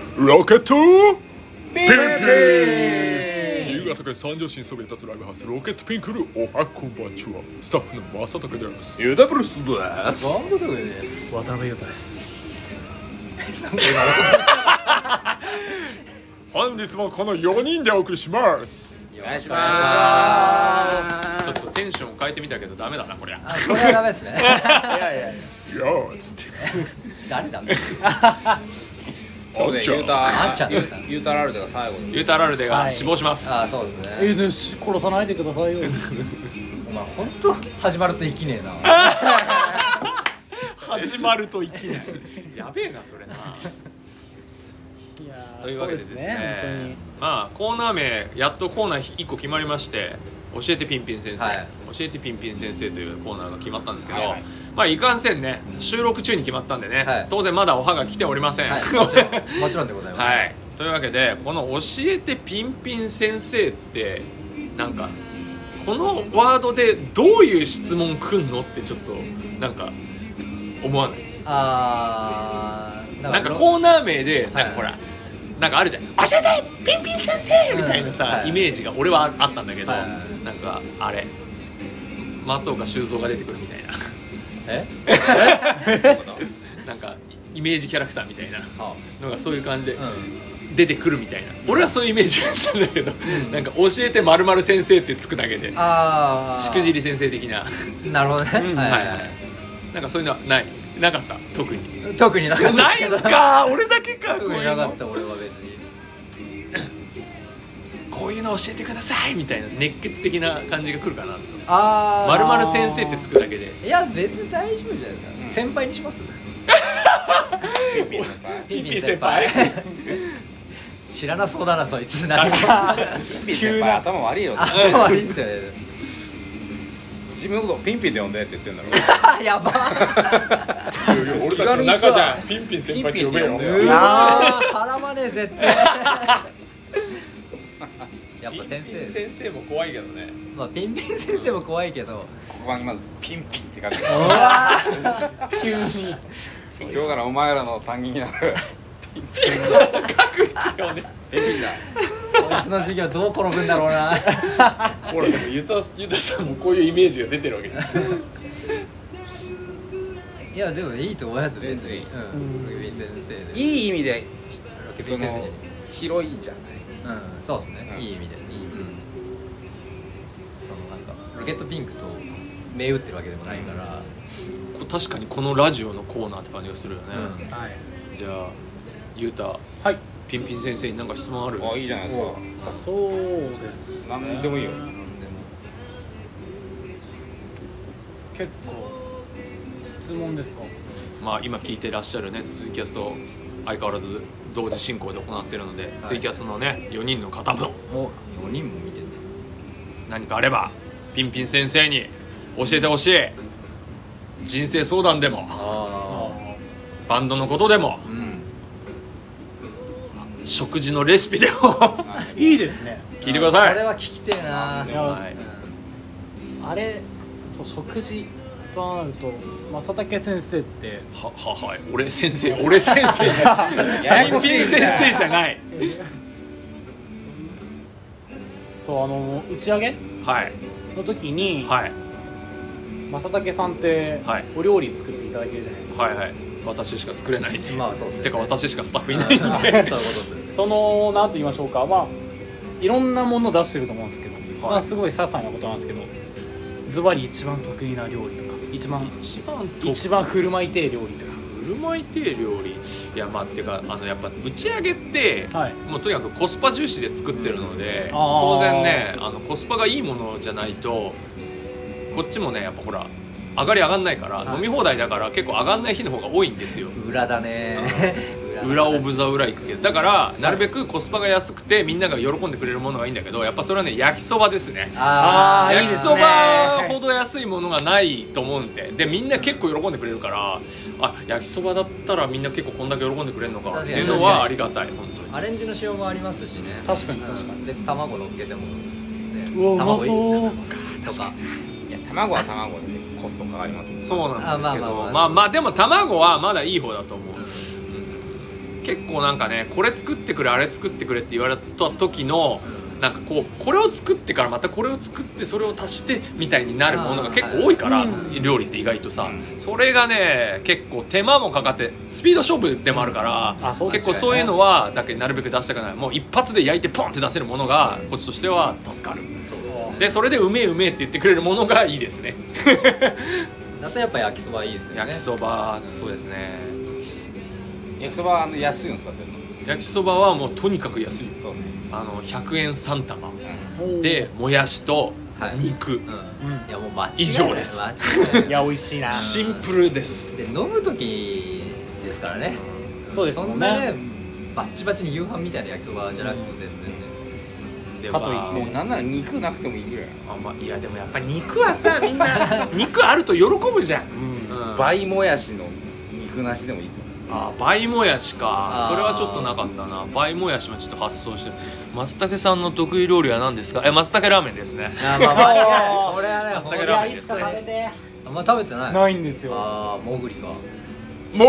ロケットピンピン。 ン。 夕方から三条市にそびえ立つライブハウスロケットピンクルおはこんばんちは。スタッフの正竹です。 ユダブルスです。 バンドトです。 渡辺裕太です。 本日もこの4人でお送りします。 お願いします。 ちょっとテンション変えてみたけどダメだなこりゃ。 これはダメですね。 いやいやいやーっつって誰だ。 そうでユーあんちゃんタラルデが最後にユータラルデが死亡します。 ああそうですね。 殺さないでくださいよ。 お前本当始まると生きねえな。 始まるといきなりやべえなそれな。 いやというわけでですね、 本当にまあコーナー名やっとコーナー1個決まりまして、教えてピンピン先生、 はい教えてピンピン先生というコーナーが決まったんですけど、 はいはいまあいかんせんね収録中に決まったんでね、 はい当然まだおはが来ておりません。 はい、もちろんもちろんでございます。 はい、というわけでこの教えてピンピン先生ってなんかこのワードでどういう質問くんのってちょっとなんか思わない？なんかコーナー名でなんかほら、なんかあるじゃん、教えてピンピン先生みたいなさ、 はいイメージが俺はあったんだけど、 はいなんかあれ松岡修造が出てくるみたいなえなんかイメージキャラクターみたいなはのがそういう感じであ出てくるみたいな、俺はそういうイメージがあったんだけど、なんか教えて〇〇先生ってつくだけでああしくじり先生的な、 なるほどね。はいはいはい、なんかそういうのはなかった特に。 特になかったないんか俺だけか。 特になかった俺は別に。 こういうの教えてくださいみたいな熱血的な感じが来るかな。 ああ 〇〇先生ってつくだけでいや別に大丈夫じゃないですか。先輩にします。 ピンピン先輩。 ピンピン先輩知らなそうだなそいつ。何もピンピン先輩頭悪いよ。 頭悪いっすよね。 自分のことピンピンで呼んでって言ってんだろ。 やば。 俺たちの中じゃピンピン先輩って呼べよ。 うわー絡まねえ絶対。やっぱ先生。 先生も怖いけどね。 まあピンピン先生も怖いけど。 ここにまずピンピンって書いてうわ急に今日からお前らの担任になる。 書く必要ね。 ピンピンだ。 そいつの授業どう転ぶんだろうな。 ほらでもゆたさんもこういうイメージが出てるわけで。 いやでもいいと思いますよ別に。 別にうん。ロケピン先生で。 いい意味でロケピン先生じゃね広いじゃない。 うんそうですね。 うんいい意味で。そのなんかロケットピンクと銘打ってるわけでもないから。 確かにこのラジオのコーナーって感じがするよね。 うんはいじゃあゆうたはいピンピン先生に何か質問ある？ あいいじゃないですか。 そうです何でもいいよ。 結構質問ですか？ まあ今聞いてらっしゃるねツイキャスと相変わらず同時進行で行っているので、ツイキャスのね4人の方もお4人も見てる。 何かあればピンピン先生に教えてほしい。人生相談でもあバンドのことでもあ。うん。 食事のレシピでもいいですね。 聞いてください。 それは聞きてえな。 いやはいあれそう食事となると正竹先生ってはい俺先生ピンピン先生じゃない。 そう打ち上げはいの時に、 はい正竹さんってはいお料理作っていただいてるじゃないですか。 はいはい私しか作れないっていう、 まあそうですねてか私しかスタッフいないんそういうことでです。 そのなんと言いましょうか、まあいろんなもの出してると思うんですけど、 はいまあすごい些細なことなんですけど、ズバリ一番得意な料理とか一番振る舞いてえ料理とか。 振る舞いてえ料理いやまあっていうかやっぱ打ち上げって、 はいもうとにかくコスパ重視で作ってるので、 あー当然ねコスパがいいものじゃないとこっちもねやっぱほら上がり上がんないから、 はい飲み放題だから結構上がんない日の方が多いんですよ。 裏だね。 裏オブザ裏行くけどだからなるべくコスパが安くてみんなが喜んでくれるものがいいんだけど、やっぱそれはね焼きそばですね。 あ焼きそばほど安いものがないと思うんで、みんな結構喜んでくれるから、焼きそばだったらみんな結構こんだけ喜んでくれるのかっていうのはありがたい本当に。 アレンジの仕様もありますしね。 確かに確かに。 別に卵乗っけても、ね、 うわうま卵そうとか。 いや卵は卵でコストかかりますもんね。 そうなんですけど、 まあまあでも卵はまだいい方だと思う。 結構なんかねこれ作ってくれあれ作ってくれって言われた時のなんかこうこれを作ってからまたこれを作ってそれを足してみたいになるものが結構多いから料理って意外とさそれがね結構手間もかかってスピード勝負でもあるから結構そういうのはだけなるべく出したくないもう一発で焼いてポンって出せるものがこっちとしては助かるでそれでうめえうめえって言ってくれるものがいいですねだとやっぱ焼きそばいいですよね。 焼きそばそうですね焼きそばは安いの使ってるの？ 焼きそばはもうとにかく安いそうね。 100円3玉でもやしと肉、 いやもう間違いない以上です間違いないいや美味しいな。 シンプルですで飲む時ですからね。 そうですそもんね。 んなねバッチバチに夕飯みたいな焼きそばじゃなくても全然ね。 でかといってもうなんなら肉なくてもいいぐらい。 いやでもやっぱり肉はさみんな肉あると喜ぶじゃん、 倍もやしの肉なしでもいい。 倍もやしかあーそれはちょっとなかったな倍もやしもちょっと発想して松茸さんの得意料理は何ですか松茸ラーメンですねまあ間違いない。これはね松ほんと茸ラーメンですいつか食べて。 あんま食べてない。 ないんですよ。 ああもぐりか。 も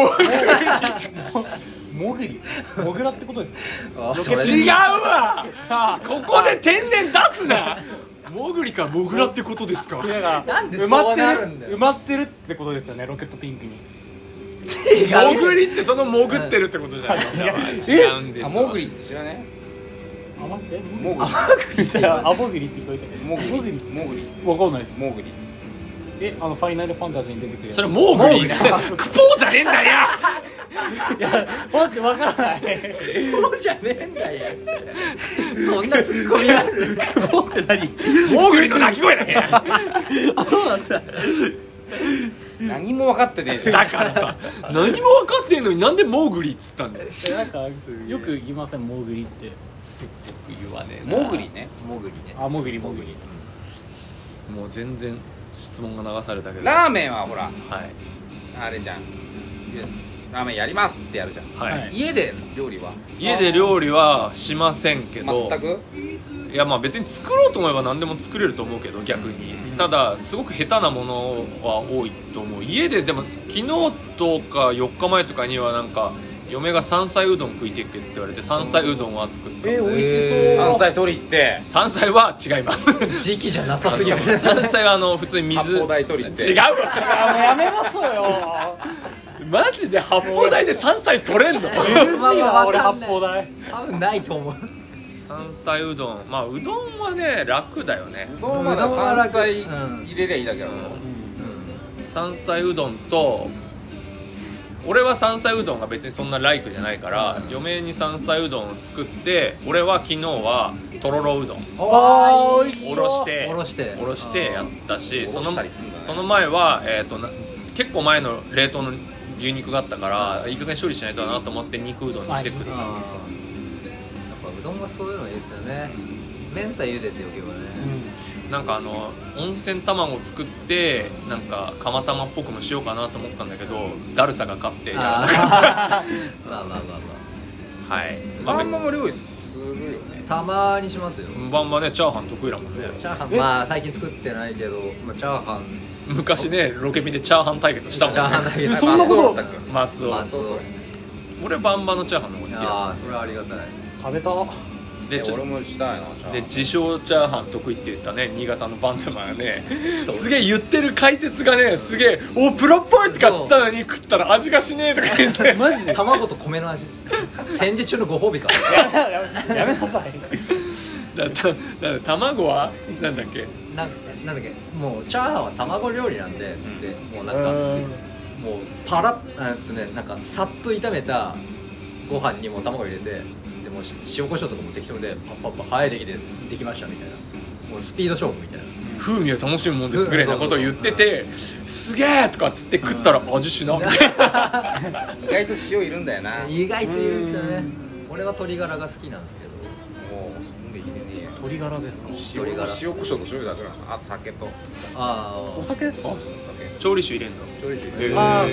もぐり。もぐらってことですか。 あロケそれ違うわあここで天然出すなもぐりかもぐらってことですかなんでそう埋まってなるんだよ埋まってるってことですよね。ロケットピンクに。 もぐりってその潜ってるってことじゃないですか違うんですもぐりって知らねあ待って。 もぐりじゃあアボグリって聞こえて。 もぐりもぐり。 もぐりわかんないです。 もぐりファイナルファンタジーに出てくるやつ。 それモーグリークポーじゃねえんだよいや待ってわからない。 そうじゃねえんだよ。そんなツッコミある。 ポって何？ モーグリの鳴き声だねあそうなんだ。 何も分かってねえじゃん。 だからさ何も分かってんのになんでモーグリっつったんだよなんかよく言いませんモーグリって。 言わねえなもぐりね。 もぐりね。 あモグリモグリ。 もう全然質問が流されたけどラーメンはほらはいあれじゃん。ラーメンやりますってやるじゃん。 はい、 はい家で料理は家で料理はしませんけど全く。 いやまあ別に作ろうと思えば何でも作れると思うけど逆にただすごく下手なものは多いと思う家ででも昨日とか4日前とかにはなんか嫁が山菜うどん食いてっけって言われて山菜うどんは作った美味しそう。 山菜取り行って山菜は違います時期じゃなさすぎる。 山菜は普通に水発泡台取り行って違うわあもうやめましょうよ。 マジで発泡台で山菜取れんの NG まあまあは俺わかんない発泡台。 多分ないと思う。 山菜うどんまあうどんはね楽だよねうどんまだ山菜入れりゃいいだけだろ。 山菜うどんと俺は山菜うどんが別にそんなライクじゃないから嫁に山菜うどんを作って俺は昨日はとろろうどんあー美味しそう。 おろしておろしてやったしおろしたりするんだねその前は結構前の冷凍の牛肉があったからいい加減処理しないとなと思って肉うどんにしてくるやっぱうどんはそういうのいいですよね。麺さえ茹でておけばね。 なんか温泉卵作ってなんか釜玉っぽくもしようかなと思ったんだけどだるさが勝ってやらなかったまあまあまあまはいあんまも料理するよね。 あたまにしますよ。 バンバねチャーハン得意だもんねチャーハンまあ最近作ってないけど、まあ、チャーハン昔ねロケビでチャーハン対決したもんチャーハンねだけどそんなことだっけ。 松尾松尾。 俺バンバのチャーハンの方が好きだああそれはありがたい。 食べた。 で俺もしたいな。 で自称チャーハン得意って言ったね新潟のバンドマンがねすげえ言ってる解説がねすげえおプロっぽいとかっつったのに食ったら味がしねえとか言ってマジで。 卵と米の味。戦時中のご褒美か。 やめなさい。 だ卵はなんだっけなんだっけもうチャーハンは卵料理なんでつってもうなんかもうパラッなんかさっと炒めたご飯にも卵入れてでもう塩コショウとかも適当でパッパッパはいできましたみたいなもうスピード勝負みたいな。 風味を楽しむもんですぐらいなことを言っててすげえとかっつって食ったら味しなみたいな意外と塩いるんだよな。 意外といるんですよね。俺は鶏ガラが好きなんですけど。 もうそんで入れねえよ。 鶏ガラですか。 鶏ガラ塩コショウと醤油だけなの。あと酒とあお酒？ 調理酒入れんの調理酒入れる。 あ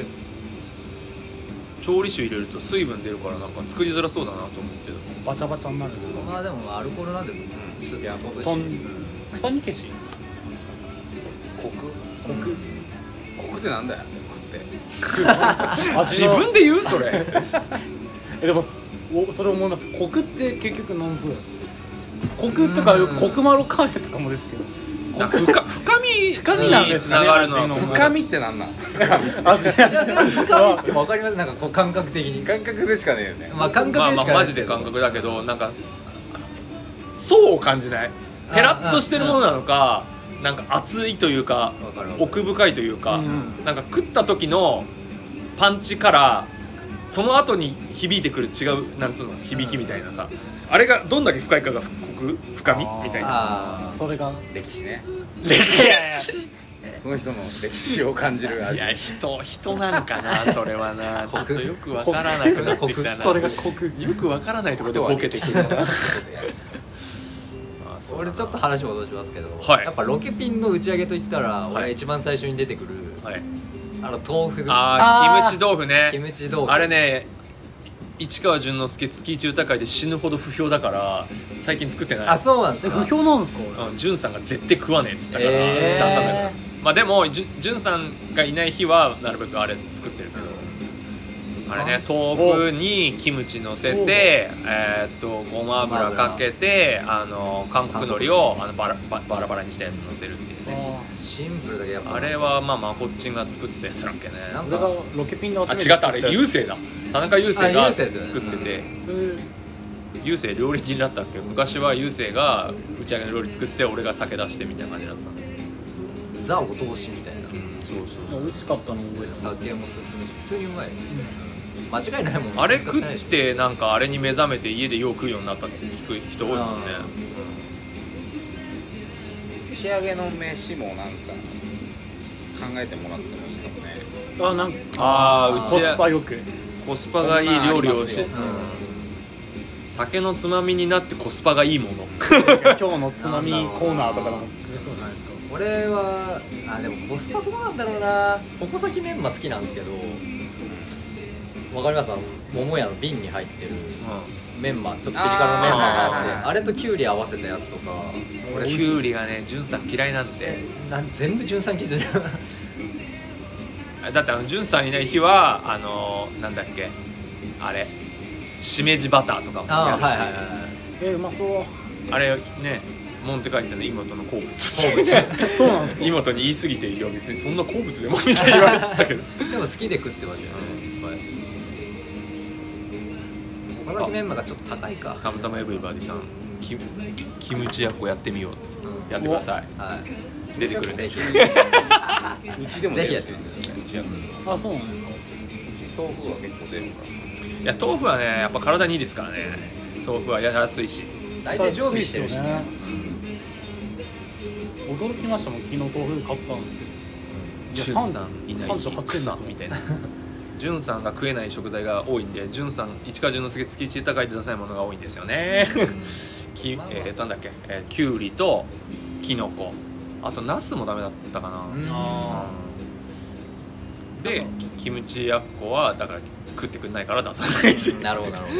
調理酒入れると水分出るからなんか作りづらそうだなと思うけどバチャバチャになるんですか。 まあでもアルコールなんでもスッいやと飛ぶしとん臭み消し。 コクってなんだよ。コクって。 味の自分で言うそれでもそれ思います。コクって結局何ぞや。コクとかコクマロカレーとかもですけど、 なんか深みなんにつですかねながるのは深みってなんなんあ深みって分かります？なんかこう感覚的に。 感覚でしかねえよね。 まあ感覚でしかマジで感覚だけど、なんか層を感じない。ペラッとしてるものなのか、なんか熱いというかわかる奥深いというか、 うんなんか食った時のパンチからその後に響いてくる違うなんつうの響きみたいなさ、あれがどんだけ深いかが深みみたいな。 あそれが歴史ね。 歴史その人の歴史を感じる味。 いや人なんかなそれはなちょっとよくわからなくなってきたな。 それがコク。 よくわからないところでボケてくるな。あそうだな俺ちょっと話戻しますけど、 はいやっぱロケピンの打ち上げといったら、 はい俺一番最初に出てくるはい、 豆腐、 キムチ豆腐ね。 キムチ豆腐、 あれね、市川淳之介月一歌会で死ぬほど不評だから最近作ってない。 あ、そうなんですか。 不評なんですか。 うん、淳さんが絶対食わねえっつったから、 へーだったんだけど、まあでも淳さんがいない日はなるべくあれ作ってるけど、あれね、豆腐にキムチ乗せて、ごま油かけて、韓国海苔をバラバラにしたやつ乗せるっていうね。 シンプルだけどやっぱあれはまあこっちが作ってたやつだっけね。 なん俺がロケピンのあ、違った、あれ郵政だ。田中郵政があ郵政ですよね作ってて、 うん郵政料理人だったっけ。昔は郵政が打ち上げの料理作って俺が酒出してみたいな感じだったんで、 ザお通しみたいな。 そう美味しかったの覚えてます。 酒も進むし普通にうまい、間違いないもん。 あれ食っ使ないでしょてなんかあれに目覚めて家でよう食うようになったって聞く人多いもんね。 打ち上げの飯もなんか考えてもらってもいいかもね。 あ、なんかあー、 コスパよく。 コスパがいい料理をして、 こん酒のつまみになってコスパがいいもの。 今日のつまみコーナーとかでも作れそうじゃないですか。 俺はでもコスパどうなんだろうな。矛先メンマ好きなんですけど、わかります？桃屋の瓶に入ってるメンマ、ちょっとピリ辛のメンマがあって、あれとキュウリ合わせたやつとか。 俺キュウリがね、淳さん嫌いなんで。 全部純さん基準。 だって淳さんいない日はなんだっけあれ、しめじバターとかもやるし、 はいはいはい。 うまそう。 あれね、モンテ書いてたの妹の好物。 そうなんですか。 妹に言い過ぎて、いや別にそんな好物でもみたいに言われてたけど。 でも好きで食ってましたよね。矛先メンマがちょっと高いか。 たまたまエブリバディさん、キムチ役をやってみよう。やってください。 はい出てくるね。 ぜひうちでもぜひやってみてください。 うちやる。 あ、そうなんですか。 うち豆腐は結構出るから。 いや豆腐はね、やっぱ体にいいですからね。豆腐は安いし。 大体常備してるしね。 驚きましたもん、昨日豆腐買ったんですけど。 淳さんいない日草みたいな。淳さんが食えない食材が多いんで、淳さん市川淳之介月一高いで出さないものが多いんですよね。なんだっけ、きゅうりときのこ、あとナスもダメだったかな。 あでキムチやっこはだから食ってくんないから出さないし。 なるほどなるほど。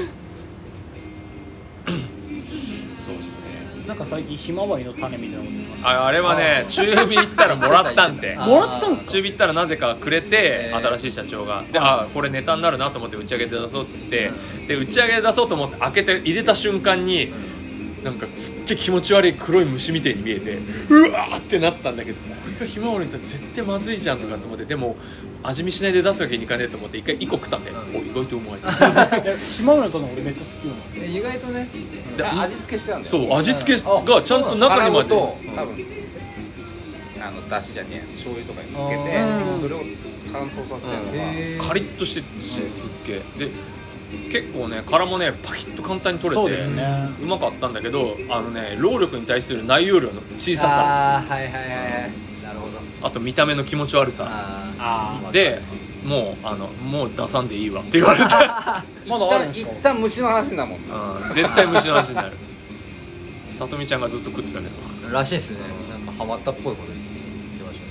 そうですね。 なんか最近ひまわりの種みたいなこと言いました。 あれはね、中火行ったらもらったんで。 あもらったんですか。 中火行ったらなぜかくれて、 ー新しい社長がで、これネタになるなと思って打ち上げで出そうっつって、で打ち上げで出そうと思って開けて入れた瞬間に、なんかすっげえ気持ち悪い黒い虫みたいに見えて、うわーってなったんだけど、これがひまわりだったら絶対まずいじゃんとかと思って、でも味見しないで出すわけにいかねえと思って1個食ったんで、お意外とうまい。 ひまわりの種俺めっちゃ好きなの。 意外とね。 で味付けしてたんだよ。 そう、味付けがちゃんと中にまで、 と多分だしじゃねえ醤油とかにつけて、それを乾燥させてるのがカリッとしててすっげえで、結構ね殻もねパキッと簡単に取れそうてですね。 うまかったんだけど、労力に対する内容量の小ささ、 はいはいはい。なるほど。 あと見た目の気持ち悪さあで、もう出さんでいいわって言われた。 まだあるんで一すか。 旦虫の話だもんね。 絶対虫の話になる。さとみちゃんがずっと食ってたけど、 らしいですね。なんかハマったっぽいこと言ってましたね。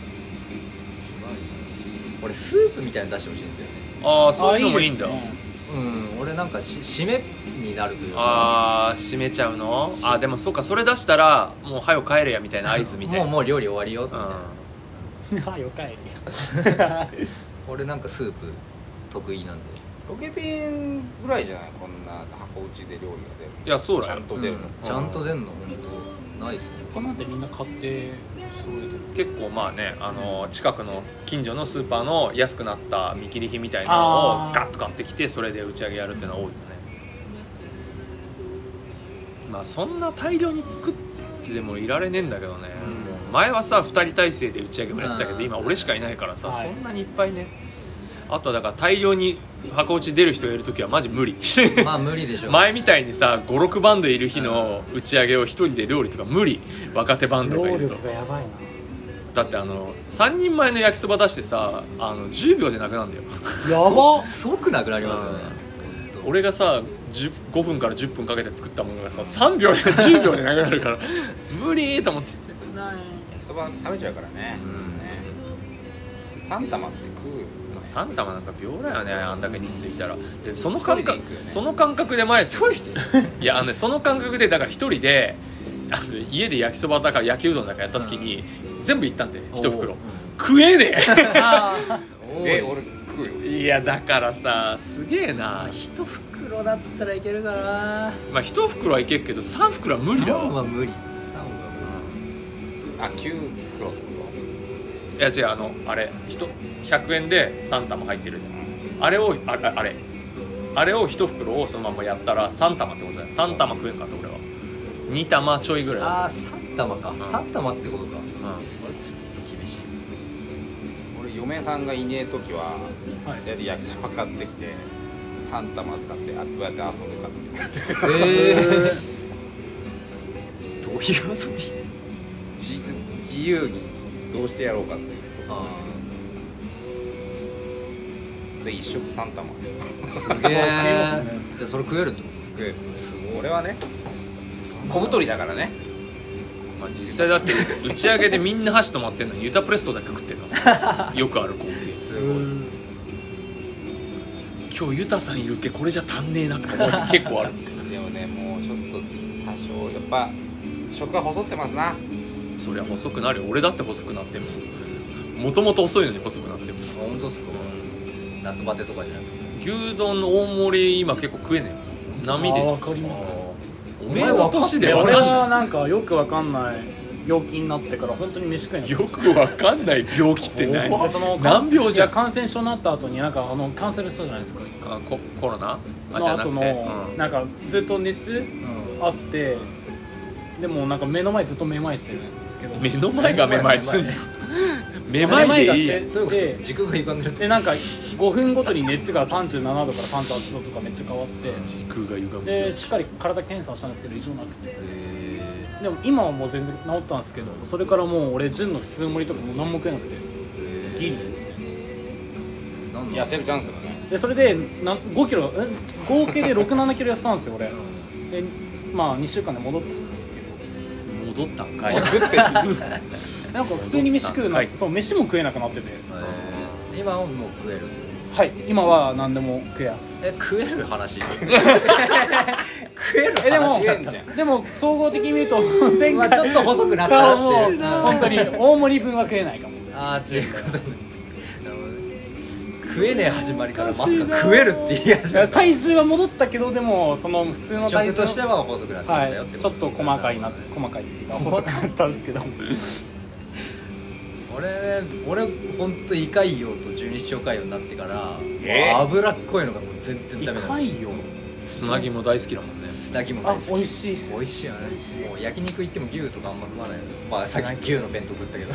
俺スープみたいに出してほしいんですよね。 ああそういうのもいいんだ。 あですね俺なんか締めになるというか。 ああ締めちゃうの。でもそうか、それ出したらもう早く帰れやみたいな合図みたいな。 もう料理終わりよみたいな。 あ、よかい。 俺なんかスープ得意なんで。 ロケピンぐらいじゃないこんな箱打ちで料理が出る。 いやそうだよちゃんと出るの。 ちゃんと出んの本当ないっすね。 他なんてみんな買って揃えてる。 結構まあね近くの近所のスーパーの安くなった見切り品みたいなのをガッと買ってきてそれで打ち上げやるっていうのは多いよね。まあそんな大量に作ってでもいられねえんだけどね、もう前はさ2人体制で打ち上げもやってたけど今俺しかいないからさ、 はいそんなにいっぱいね。あとはだから大量に箱打ち出る人がいるときはマジ無理まあ無理でしょ。 前みたいにさ 5,6 バンドいる日の打ち上げを1人で料理とか無理。若手バンドがい労ると力がやばいな。 だって3人前の焼きそば出してさ10秒でなくなるんだよやばっ。 即なくなりますよね。 俺がさ5分から10分かけて作ったものがさ3秒で10秒でなくなるから無理と思って切ない。 焼きそば食べちゃうからね。3玉って食う。 3玉なんか秒だよね。あんだけ人数いたらでその感覚、 一人で行くよねその感覚で前一人でいやねその感覚でだから一人で家で焼きそばだか焼きうどんだかやった時に、全部いったんで一袋食えね俺食うよ。 えいやだからさすげえな。 一袋だったらいけるかな。 まあ一袋はいけるけど3袋は無理だ 3 わ。 は無理。 あ、9袋ってこいや違うあれ100円で3玉入ってるじゃん。あれをあれを1袋をそのままやったら3玉ってことだよ。3玉食えんかった俺は2玉ちょいぐらいだ。 ああ3玉か。3玉ってことか。 うんそれちょっと厳しい。 と。俺嫁さんがいねえ時は、 はい大体焼きそば買ってきて3玉使ってこうやって遊んで買ってきてどういう遊び？ 自由にどうしてやろうかっていうで一食3玉すげえ。じゃあそれ食えるってこ食える。俺はね小太りだからね。 まあ、実際だって打ち上げでみんな箸止まってんのにユタプレッソだけ食ってるのよくある光景。今日ユタさんいるけこれじゃ足んねえなとか思う時結構ある。 でもねもうちょっと多少やっぱ食が細ってますな。 そりゃ細くなるよ。俺だって細くなってももともと細いのに細くなっても。 と？本当ですか？夏バテとかじゃなくて。 牛丼の大盛り今結構食えねえよ。波でわかります。 おめえの年でわ俺かんなはなんかよくわかんない病気になってから本当に飯食えないい。 よくわかんない病気って何でその難病じゃん。 いや感染症になった後になんかキャンセルしたじゃないですか。 コロナじのゃなくて、 後のなんかずっと熱あってでもなんか目の前ずっとめまいしてるんですけど目の前がめまいすんのめまいでいいやん。 どういうこと？軸が歪んでるって。 でなんか5分ごとに熱が37度から38度とかめっちゃ変わって時空が歪む。 でしっかり体検査したんですけど異常なくてでも今はもう全然治ったんですけどそれからもう俺純の普通盛りとかもう何も食えなくてギリなん痩せるチャンスだね。 でそれで5キロ合計で67キロ痩せたんですよ俺でまあ2週間で戻ったんですけど戻ったんかい。 なんか普通に飯食うな、 はいそう飯も食えなくなってて今はもう食えるってこはい今は何でも食えますと？食える話？食えるでも話だった。 でも総合的に見ると前回まあちょっと細くなったらしい。 もう本当に大盛り分は食えないかもああということで、なるほどね。食えねえ始まりからまさか食えるって言い始めた。 体重は戻ったけどでもその普通の体重食としては細くなったんだよってはい、ちょっと細かいっていうか細くなったんですけど俺本当胃潰瘍と十二指腸潰瘍になってから、もう脂っこいのがもう全然ダメなん痛いよ砂肝大好きだもんね。 砂肝あ大好き。 美味しい美味しいよね。もう焼肉行っても牛とかあんま食わないよ。まあさっき牛の弁当食ったけど。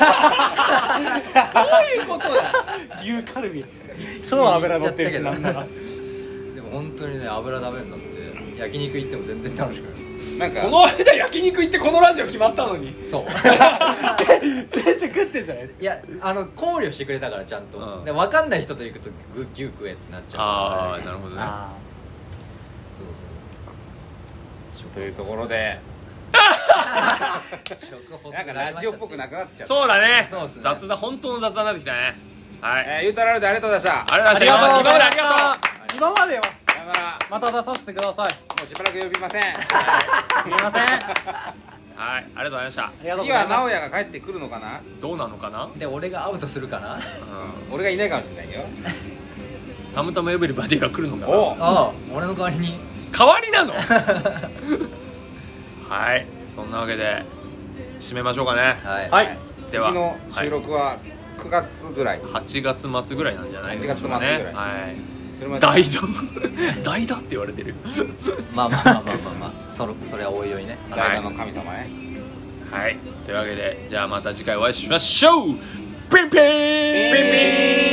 牛カルビ超脂乗ってるしなんならでも本当にね油ダメになって焼肉行っても全然楽しくない。 なんかこの間焼肉行ってこのラジオ決まったのに。 そう。 全然食ってんじゃないですかいや考慮してくれたからちゃんと、 うんで分かんない人と行くと牛食えってなっちゃうああからなるほどね。 あそうそうというところで食細なんかラジオっぽくなくなっちゃった。 そうだね。 そうっすね雑談本当の雑談になってきたね。はい。 ゆうたられでありがとうございました。 ありがとうございました。今までありがとう。 今まではさよなら。 また出させてくださいもうしばらく呼びません。 すみませんはい、ありがとうございました。 ありがとうご次はざいます直哉が帰ってくるのかな。 どうなのかな。 で俺がアウトするかな。 俺がいないかもしれないよ。 たむたむエブリバディが来るのかな。 おああ俺の代わりに代わりなのはい、そんなわけで締めましょうかね。 はいはいでは次の収録は9月ぐらい、 8月末ぐらいなんじゃないでしょうかね。 8月末ぐらいはいそれまで代打代打って言われてる。 まあまあまあまあまあ、まあ、それはおいおいね。 代打の神様ね。 はい、というわけでじゃあまた次回お会いしましょう。ピンピンピンピン。